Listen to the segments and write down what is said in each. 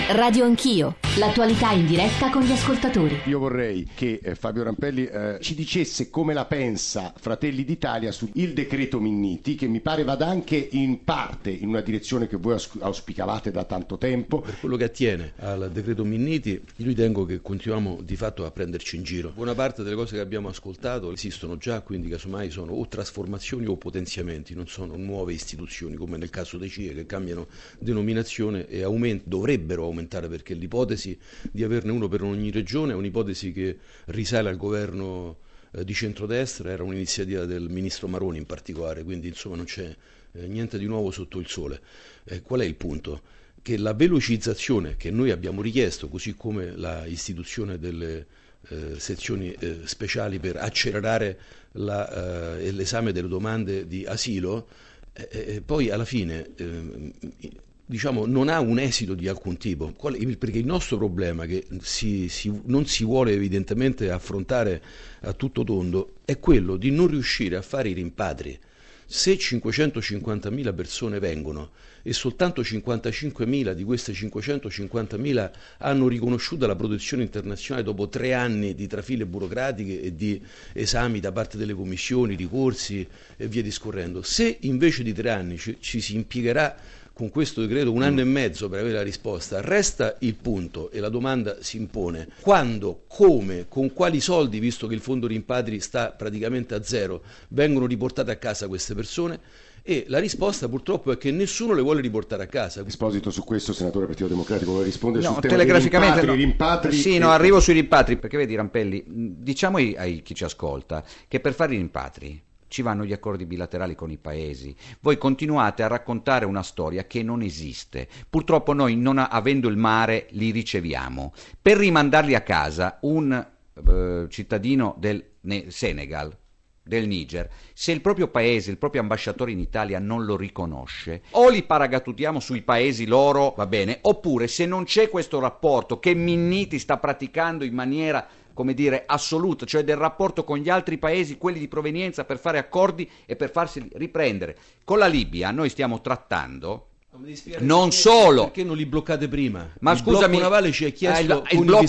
Radio Anch'io, l'attualità in diretta con gli ascoltatori. Io vorrei che Fabio Rampelli ci dicesse come la pensa Fratelli d'Italia sul decreto Minniti, che mi pare vada anche in parte in una direzione che voi auspicavate da tanto tempo. Per quello che attiene al decreto Minniti, io ritengo che continuiamo di fatto a prenderci in giro. Buona parte delle cose che abbiamo ascoltato esistono già, quindi casomai sono o trasformazioni o potenziamenti, non sono nuove istituzioni come nel caso dei CIE che cambiano denominazione e dovrebbero aumentare, perché l'ipotesi di averne uno per ogni regione è un'ipotesi che risale al governo di centrodestra, era un'iniziativa del ministro Maroni in particolare, quindi insomma non c'è niente di nuovo sotto il sole. Qual è il punto? Che la velocizzazione che noi abbiamo richiesto, così come la istituzione delle sezioni speciali per accelerare l'esame delle domande di asilo, poi alla fine non ha un esito di alcun tipo, perché il nostro problema, che non si vuole evidentemente affrontare a tutto tondo, è quello di non riuscire a fare i rimpatri. Se 550.000 persone vengono e soltanto 55.000 di queste 550.000 hanno riconosciuto la protezione internazionale dopo 3 anni di trafile burocratiche e di esami da parte delle commissioni, ricorsi e via discorrendo, se invece di 3 anni ci si impiegherà con questo decreto 1 anno e mezzo per avere la risposta, resta il punto e la domanda si impone: quando, come, con quali soldi, visto che il fondo rimpatri sta praticamente a zero, vengono riportate a casa queste persone? E la risposta purtroppo è che nessuno le vuole riportare a casa. Esposito su questo, senatore Partito Democratico, vuole rispondere sul tema telegraficamente dei rimpatri? Sì, arrivo sui rimpatri, perché vedi Rampelli, diciamo a chi ci ascolta che per fare i rimpatri ci vanno gli accordi bilaterali con i paesi. Voi continuate a raccontare una storia che non esiste. Purtroppo noi, non avendo il mare, li riceviamo. Per rimandarli a casa, un cittadino del Senegal, del Niger, se il proprio paese, il proprio ambasciatore in Italia non lo riconosce, o li paragatutiamo sui paesi loro, va bene, oppure se non c'è questo rapporto che Minniti sta praticando in maniera, come dire, assoluta, cioè del rapporto con gli altri paesi, quelli di provenienza, per fare accordi e per farsi riprendere. Con la Libia noi stiamo trattando non solo perché non li bloccate prima. Ma il scusami, blocco navale ci ha chiesto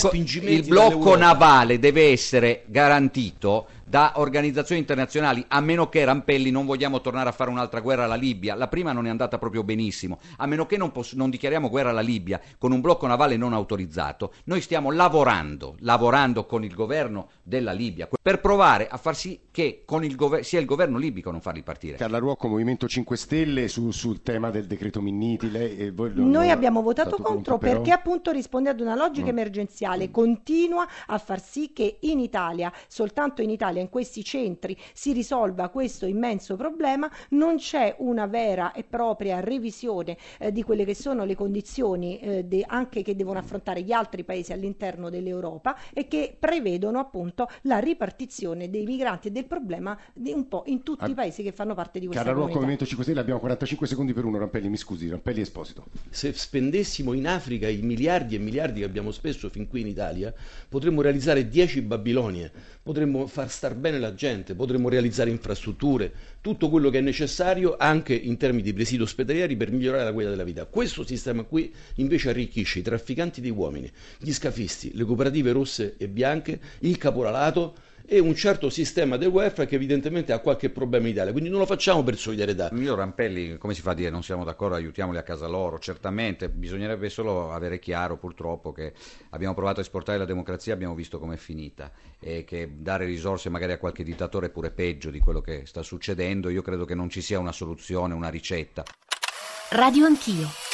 il blocco navale deve essere garantito da organizzazioni internazionali, a meno che, Rampelli, non vogliamo tornare a fare un'altra guerra alla Libia. La prima non è andata proprio benissimo, a meno che non dichiariamo guerra alla Libia con un blocco navale non autorizzato. Noi stiamo lavorando con il governo della Libia per provare a far sì che sia il governo libico a non farli partire. Carla Ruocco, Movimento 5 Stelle, sul tema del decreto Minniti. Noi abbiamo votato contro perché appunto risponde ad una logica emergenziale, continua a far sì che in Italia, soltanto in Italia, in questi centri, si risolva questo immenso problema. Non c'è una vera e propria revisione di quelle che sono le condizioni anche che devono affrontare gli altri paesi all'interno dell'Europa, e che prevedono appunto la ripartizione dei migranti e del problema un po' in tutti i paesi che fanno parte di questa Carla comunità. Ruocco, Movimento 5 Stelle, abbiamo 45 secondi per uno. Rampelli, mi scusi, Rampelli Esposito. Se spendessimo in Africa i miliardi e miliardi che abbiamo speso fin qui in Italia, potremmo realizzare 10 Babilonie, potremmo far star bene la gente, potremmo realizzare infrastrutture, tutto quello che è necessario anche in termini di presidi ospedalieri per migliorare la qualità della vita. Questo sistema qui invece arricchisce i trafficanti di uomini, gli scafisti, le cooperative rosse e bianche, il caporalato e un certo sistema del welfare che evidentemente ha qualche problema in Italia, quindi non lo facciamo per solidarietà. Io, Rampelli, come si fa a dire non siamo d'accordo, aiutiamoli a casa loro? Certamente, bisognerebbe solo avere chiaro purtroppo che abbiamo provato a esportare la democrazia, abbiamo visto com'è finita, e che dare risorse magari a qualche dittatore è pure peggio di quello che sta succedendo. Io credo che non ci sia una soluzione, una ricetta. Radio Anch'io.